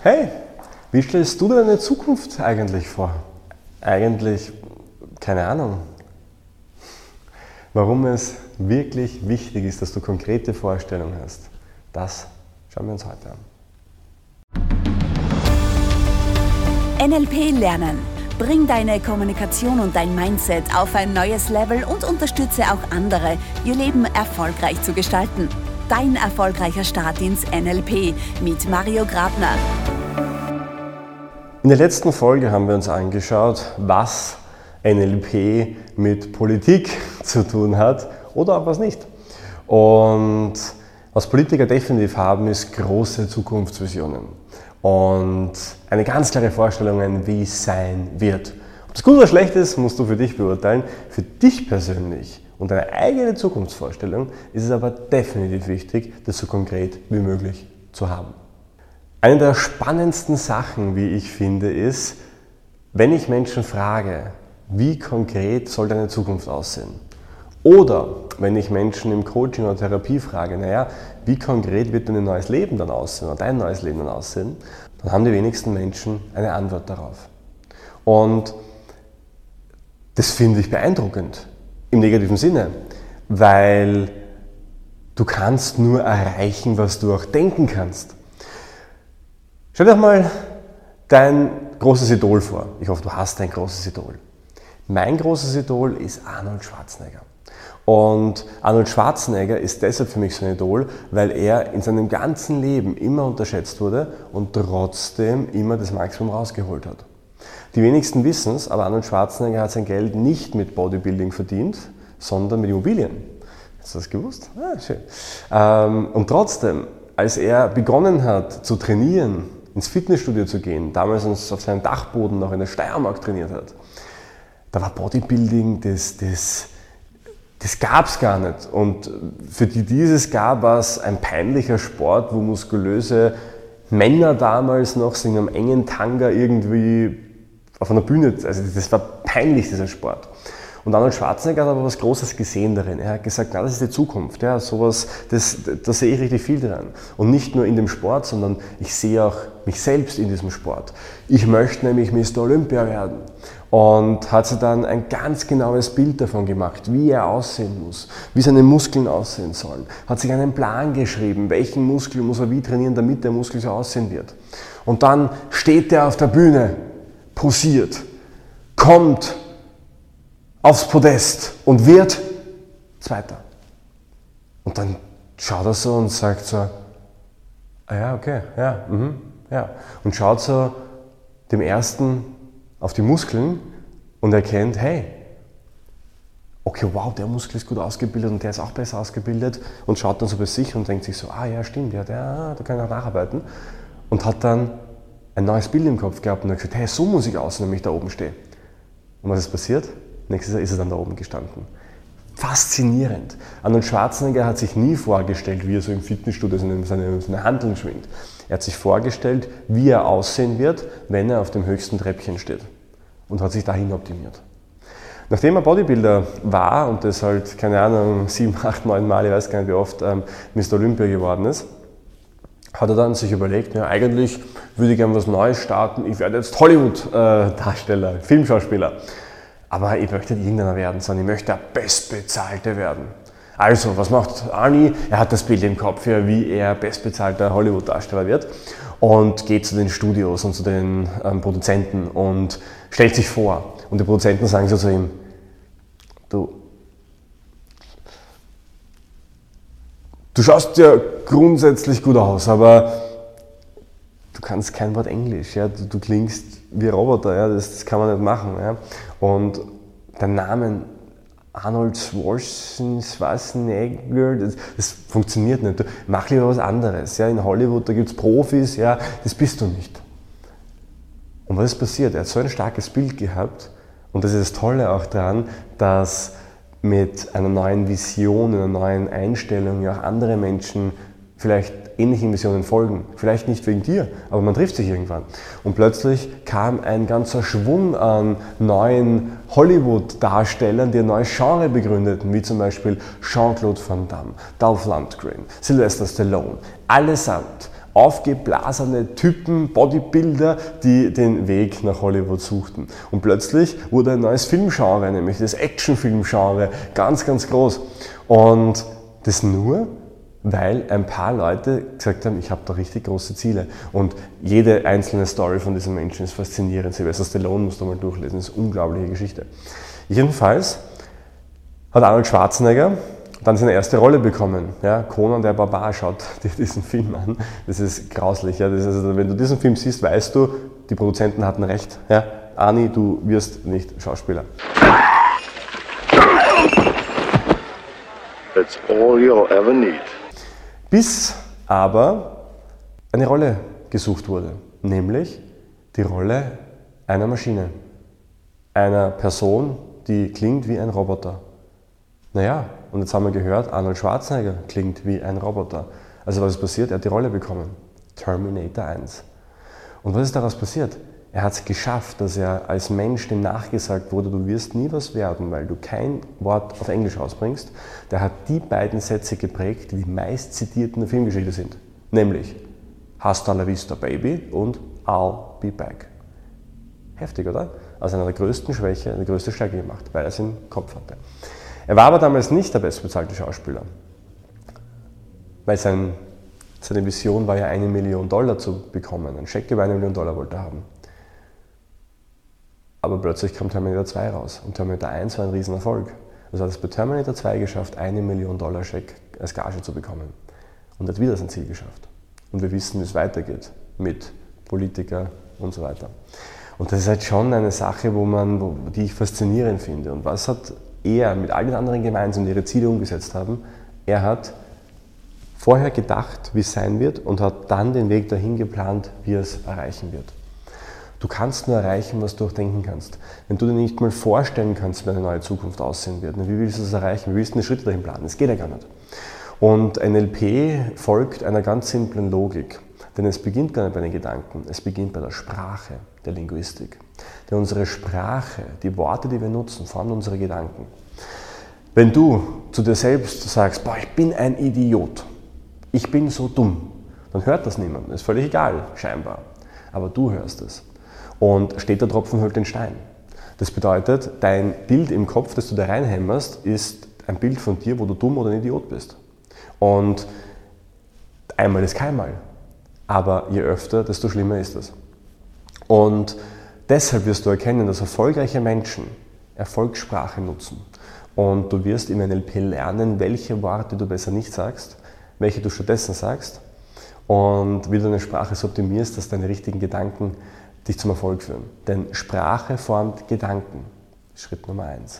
Hey, wie stellst du dir deine Zukunft eigentlich vor? Eigentlich, keine Ahnung. Warum es wirklich wichtig ist, dass du konkrete Vorstellungen hast, das schauen wir uns heute an. NLP lernen. Bring deine Kommunikation und dein Mindset auf ein neues Level und unterstütze auch andere, ihr Leben erfolgreich zu gestalten. Dein erfolgreicher Start ins NLP mit Mario Grabner. In der letzten Folge haben wir uns angeschaut, was NLP mit Politik zu tun hat oder auch was nicht. Und was Politiker definitiv haben, ist große Zukunftsvisionen und eine ganz klare Vorstellung, wie es sein wird. Ob das gut oder schlecht ist, musst du für dich beurteilen. Für dich persönlich und deine eigene Zukunftsvorstellung ist es aber definitiv wichtig, das so konkret wie möglich zu haben. Eine der spannendsten Sachen, wie ich finde, ist, wenn ich Menschen frage, wie konkret soll deine Zukunft aussehen? Oder wenn ich Menschen im Coaching oder Therapie frage, wie konkret wird dein neues Leben dann aussehen oder dein neues Leben dann aussehen, dann haben die wenigsten Menschen eine Antwort darauf. Und das finde ich beeindruckend, im negativen Sinne, weil du kannst nur erreichen, was du auch denken kannst. Stell dir doch mal dein großes Idol vor. Ich hoffe, du hast ein großes Idol. Mein großes Idol ist Arnold Schwarzenegger. Und Arnold Schwarzenegger ist deshalb für mich so ein Idol, weil er in seinem ganzen Leben immer unterschätzt wurde und trotzdem immer das Maximum rausgeholt hat. Die wenigsten wissen es, aber Arnold Schwarzenegger hat sein Geld nicht mit Bodybuilding verdient, sondern mit Immobilien. Hast du das gewusst? Ah, schön. Und trotzdem, als er begonnen hat zu trainieren, ins Fitnessstudio zu gehen, damals uns auf seinem Dachboden noch in der Steiermark trainiert hat, da war Bodybuilding, das gab es gar nicht. Und für die dieses gab, war es ein peinlicher Sport, wo muskulöse Männer damals noch in einem engen Tanga irgendwie auf einer Bühne, also das war peinlich, dieser Sport. Und Arnold Schwarzenegger hat aber was Großes gesehen darin. Er hat gesagt, das ist die Zukunft. Ja, sowas, da sehe ich richtig viel dran. Und nicht nur in dem Sport, sondern ich sehe auch mich selbst in diesem Sport. Ich möchte nämlich Mr. Olympia werden. Und hat sich dann ein ganz genaues Bild davon gemacht, wie er aussehen muss, wie seine Muskeln aussehen sollen. Hat sich einen Plan geschrieben, welchen Muskel muss er wie trainieren, damit der Muskel so aussehen wird. Und dann steht er auf der Bühne, posiert, kommt aufs Podest und wird Zweiter. Und dann schaut er so und sagt so, ja. Und schaut so dem Ersten auf die Muskeln und erkennt, hey, okay, wow, der Muskel ist gut ausgebildet und der ist auch besser ausgebildet und schaut dann so bei sich und denkt sich so, ja stimmt, da kann ich auch nacharbeiten und hat dann ein neues Bild im Kopf gehabt und hat gesagt, hey, so muss ich aussehen, wenn ich da oben stehe. Und was ist passiert? Nächstes Jahr ist er dann da oben gestanden. Faszinierend. Arnold Schwarzenegger hat sich nie vorgestellt, wie er so im Fitnessstudio seine Hanteln schwingt. Er hat sich vorgestellt, wie er aussehen wird, wenn er auf dem höchsten Treppchen steht. Und hat sich dahin optimiert. Nachdem er Bodybuilder war und das halt, 7, 8, 9 Mal, ich weiß gar nicht wie oft, Mr. Olympia geworden ist, hat er dann sich überlegt, eigentlich würde ich gerne was Neues starten, ich werde jetzt Hollywood-Darsteller, Filmschauspieler. Aber ich möchte nicht irgendeiner werden, sondern ich möchte der Bestbezahlte werden. Also, was macht Arnie? Er hat das Bild im Kopf, wie er bestbezahlter Hollywood-Darsteller wird und geht zu den Studios und zu den Produzenten und stellt sich vor. Und die Produzenten sagen so zu ihm, du schaust ja grundsätzlich gut aus, aber du kannst kein Wort Englisch, ja? Du klingst wie Roboter, ja? Das kann man nicht machen. Ja? Und der Name Arnold Schwarzenegger, das funktioniert nicht. Mach lieber was anderes. Ja? In Hollywood, da gibt es Profis, ja? Das bist du nicht. Und was ist passiert? Er hat so ein starkes Bild gehabt und das ist das Tolle auch daran, dass mit einer neuen Vision, einer neuen Einstellung ja auch andere Menschen vielleicht ähnlichen Visionen folgen. Vielleicht nicht wegen dir, aber man trifft sich irgendwann. Und plötzlich kam ein ganzer Schwung an neuen Hollywood-Darstellern, die ein neues Genre begründeten, wie zum Beispiel Jean-Claude Van Damme, Dolph Lundgren, Sylvester Stallone. Allesamt aufgeblasene Typen, Bodybuilder, die den Weg nach Hollywood suchten. Und plötzlich wurde ein neues Filmgenre, nämlich das Actionfilmgenre, ganz, ganz groß. Und das nur, weil ein paar Leute gesagt haben, ich habe da richtig große Ziele. Und jede einzelne Story von diesen Menschen ist faszinierend. Sylvester Stallone musst du mal durchlesen, das ist eine unglaubliche Geschichte. Jedenfalls hat Arnold Schwarzenegger dann seine erste Rolle bekommen. Ja, Conan der Barbar, schaut dir diesen Film an. Das ist grauslich. Ja. Das ist also, wenn du diesen Film siehst, weißt du, die Produzenten hatten recht. Ja. Arnie, du wirst nicht Schauspieler. That's all you'll ever need. Bis aber eine Rolle gesucht wurde, nämlich die Rolle einer Maschine, einer Person, die klingt wie ein Roboter. Naja, und jetzt haben wir gehört, Arnold Schwarzenegger klingt wie ein Roboter. Also was ist passiert? Er hat die Rolle bekommen. Terminator 1. Und was ist daraus passiert? Er hat es geschafft, dass er als Mensch, dem nachgesagt wurde, du wirst nie was werden, weil du kein Wort auf Englisch ausbringst. Der hat die beiden Sätze geprägt, die die meist zitierten der Filmgeschichte sind. Nämlich, hasta la vista baby und I'll be back. Heftig, oder? Aus einer der größten Schwäche eine größte Stärke gemacht, weil er es im Kopf hatte. Er war aber damals nicht der bestbezahlte Schauspieler, weil seine Vision war ja $1 Million zu bekommen. Ein Scheck über $1 Million wollte er haben. Aber plötzlich kam Terminator 2 raus und Terminator 1 war ein Riesenerfolg. Also hat es bei Terminator 2 geschafft, $1 Million Scheck als Gage zu bekommen. Und hat wieder sein Ziel geschafft. Und wir wissen, wie es weitergeht mit Politikern und so weiter. Und das ist halt schon eine Sache, die ich faszinierend finde. Und was hat er mit all den anderen gemeinsam, die ihre Ziele umgesetzt haben? Er hat vorher gedacht, wie es sein wird und hat dann den Weg dahin geplant, wie er es erreichen wird. Du kannst nur erreichen, was du auch denken kannst. Wenn du dir nicht mal vorstellen kannst, wie eine neue Zukunft aussehen wird, wie willst du das erreichen? Wie willst du die Schritte dahin planen? Das geht ja gar nicht. Und NLP folgt einer ganz simplen Logik. Denn es beginnt gar nicht bei den Gedanken, es beginnt bei der Sprache, der Linguistik. Denn unsere Sprache, die Worte, die wir nutzen, formen unsere Gedanken. Wenn du zu dir selbst sagst, boah, ich bin ein Idiot, ich bin so dumm, dann hört das niemand. Ist völlig egal, scheinbar. Aber du hörst es. Und steht der Tropfen höhlt den Stein. Das bedeutet, dein Bild im Kopf, das du da reinhämmerst, ist ein Bild von dir, wo du dumm oder ein Idiot bist. Und einmal ist keinmal. Aber je öfter, desto schlimmer ist es. Und deshalb wirst du erkennen, dass erfolgreiche Menschen Erfolgssprache nutzen. Und du wirst im NLP lernen, welche Worte du besser nicht sagst, welche du stattdessen sagst und wie du deine Sprache so optimierst, dass deine richtigen Gedanken dich zum Erfolg führen. Denn Sprache formt Gedanken. Schritt Nummer 1.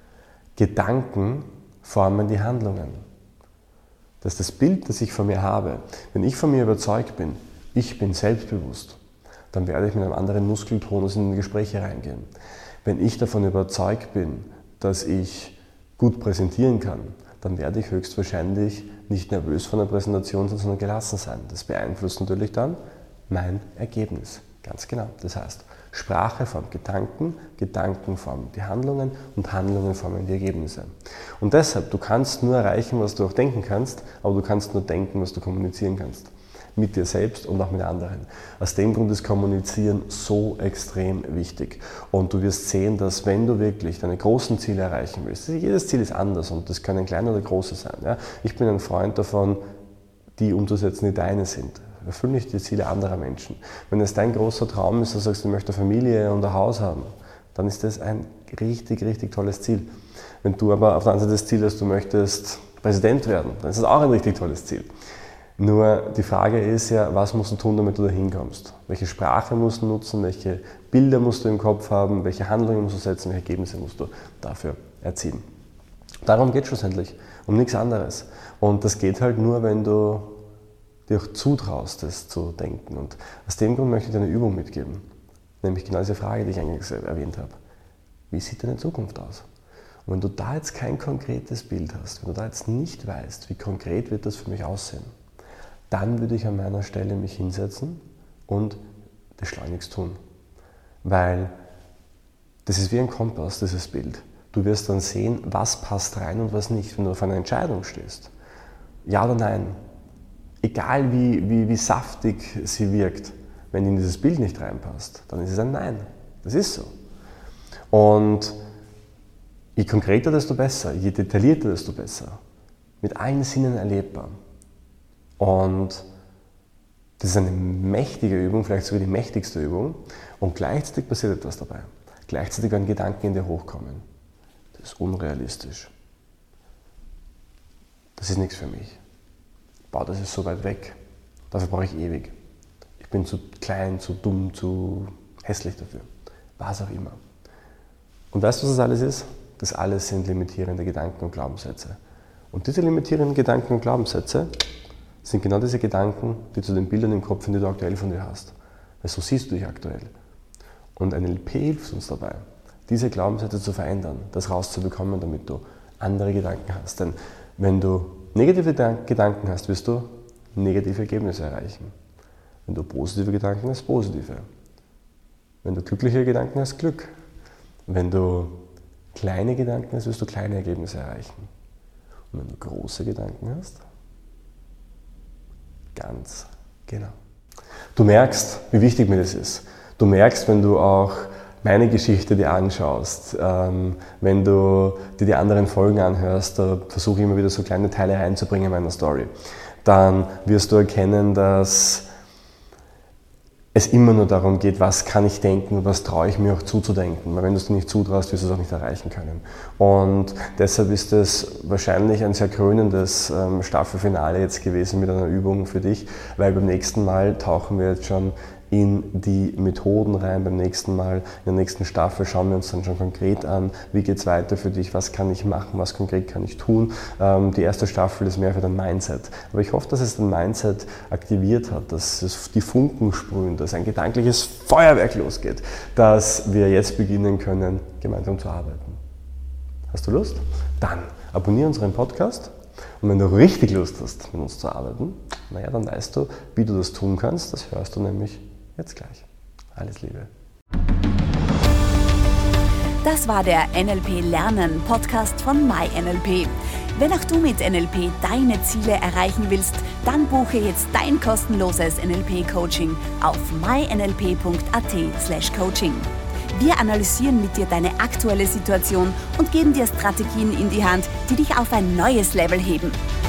Gedanken formen die Handlungen. Das ist das Bild, das ich von mir habe. Wenn ich von mir überzeugt bin, ich bin selbstbewusst, dann werde ich mit einem anderen Muskeltonus in Gespräche reingehen. Wenn ich davon überzeugt bin, dass ich gut präsentieren kann, dann werde ich höchstwahrscheinlich nicht nervös von der Präsentation sein, sondern gelassen sein. Das beeinflusst natürlich dann mein Ergebnis. Ganz genau. Das heißt, Sprache formt Gedanken, Gedanken formen die Handlungen und Handlungen formen die Ergebnisse. Und deshalb, du kannst nur erreichen, was du auch denken kannst, aber du kannst nur denken, was du kommunizieren kannst. Mit dir selbst und auch mit anderen. Aus dem Grund ist Kommunizieren so extrem wichtig. Und du wirst sehen, dass wenn du wirklich deine großen Ziele erreichen willst, jedes Ziel ist anders und das können kleine oder große sein. Ja? Ich bin ein Freund davon, die umzusetzen, die deine sind. Erfüll nicht die Ziele anderer Menschen. Wenn es dein großer Traum ist, dass du sagst, du möchtest eine Familie und ein Haus haben, dann ist das ein richtig, richtig tolles Ziel. Wenn du aber auf der anderen Seite das Ziel hast, du möchtest Präsident werden, dann ist das auch ein richtig tolles Ziel. Nur die Frage ist ja, was musst du tun, damit du da hinkommst? Welche Sprache musst du nutzen, welche Bilder musst du im Kopf haben, welche Handlungen musst du setzen, welche Ergebnisse musst du dafür erzielen. Darum geht es schlussendlich, um nichts anderes. Und das geht halt nur, wenn du dir auch zutraust, das zu denken. Und aus dem Grund möchte ich dir eine Übung mitgeben, nämlich genau diese Frage, die ich eingangs erwähnt habe. Wie sieht deine Zukunft aus? Und wenn du da jetzt kein konkretes Bild hast, wenn du da jetzt nicht weißt, wie konkret wird das für mich aussehen, dann würde ich an meiner Stelle mich hinsetzen und das schleunigst tun. Weil das ist wie ein Kompass, dieses Bild. Du wirst dann sehen, was passt rein und was nicht, wenn du auf einer Entscheidung stehst. Ja oder nein? egal wie saftig sie wirkt, wenn in dieses Bild nicht reinpasst, dann ist es ein Nein. Das ist so. Und je konkreter, desto besser, je detaillierter, desto besser. Mit allen Sinnen erlebbar. Und das ist eine mächtige Übung, vielleicht sogar die mächtigste Übung. Und gleichzeitig passiert etwas dabei. Gleichzeitig werden Gedanken in dir hochkommen. Das ist unrealistisch. Das ist nichts für mich. Boah, das ist so weit weg. Dafür brauche ich ewig. Ich bin zu klein, zu dumm, zu hässlich dafür. Was auch immer. Und weißt du, was das alles ist? Das alles sind limitierende Gedanken und Glaubenssätze. Und diese limitierenden Gedanken und Glaubenssätze sind genau diese Gedanken, die zu den Bildern im Kopf, die du aktuell von dir hast. Weil so siehst du dich aktuell. Und NLP hilft uns dabei, diese Glaubenssätze zu verändern, das rauszubekommen, damit du andere Gedanken hast. Denn wenn du negative Gedanken hast, wirst du negative Ergebnisse erreichen. Wenn du positive Gedanken hast, positive. Wenn du glückliche Gedanken hast, Glück. Wenn du kleine Gedanken hast, wirst du kleine Ergebnisse erreichen. Und wenn du große Gedanken hast, ganz genau. Du merkst, wie wichtig mir das ist. Du merkst, wenn du auch meine Geschichte dir anschaust, wenn du dir die anderen Folgen anhörst, da versuche ich immer wieder so kleine Teile reinzubringen in meiner Story, dann wirst du erkennen, dass es immer nur darum geht, was kann ich denken und was traue ich mir auch zuzudenken. Weil wenn du es dir nicht zutraust, wirst du es auch nicht erreichen können. Und deshalb ist es wahrscheinlich ein sehr krönendes Staffelfinale jetzt gewesen mit einer Übung für dich, weil beim nächsten Mal tauchen wir jetzt schon in die Methoden rein. Beim nächsten Mal, in der nächsten Staffel, schauen wir uns dann schon konkret an, wie geht es weiter für dich, was kann ich machen, was konkret kann ich tun. Die erste Staffel ist mehr für dein Mindset. Aber ich hoffe, dass es dein Mindset aktiviert hat, dass es die Funken sprühen, dass ein gedankliches Feuerwerk losgeht, dass wir jetzt beginnen können, gemeinsam zu arbeiten. Hast du Lust? Dann abonniere unseren Podcast. Und wenn du richtig Lust hast, mit uns zu arbeiten, naja, dann weißt du, wie du das tun kannst. Das hörst du nämlich jetzt gleich. Alles Liebe. Das war der NLP Lernen Podcast von MyNLP. Wenn auch du mit NLP deine Ziele erreichen willst, dann buche jetzt dein kostenloses NLP-Coaching auf mynlp.at/coaching. Wir analysieren mit dir deine aktuelle Situation und geben dir Strategien in die Hand, die dich auf ein neues Level heben.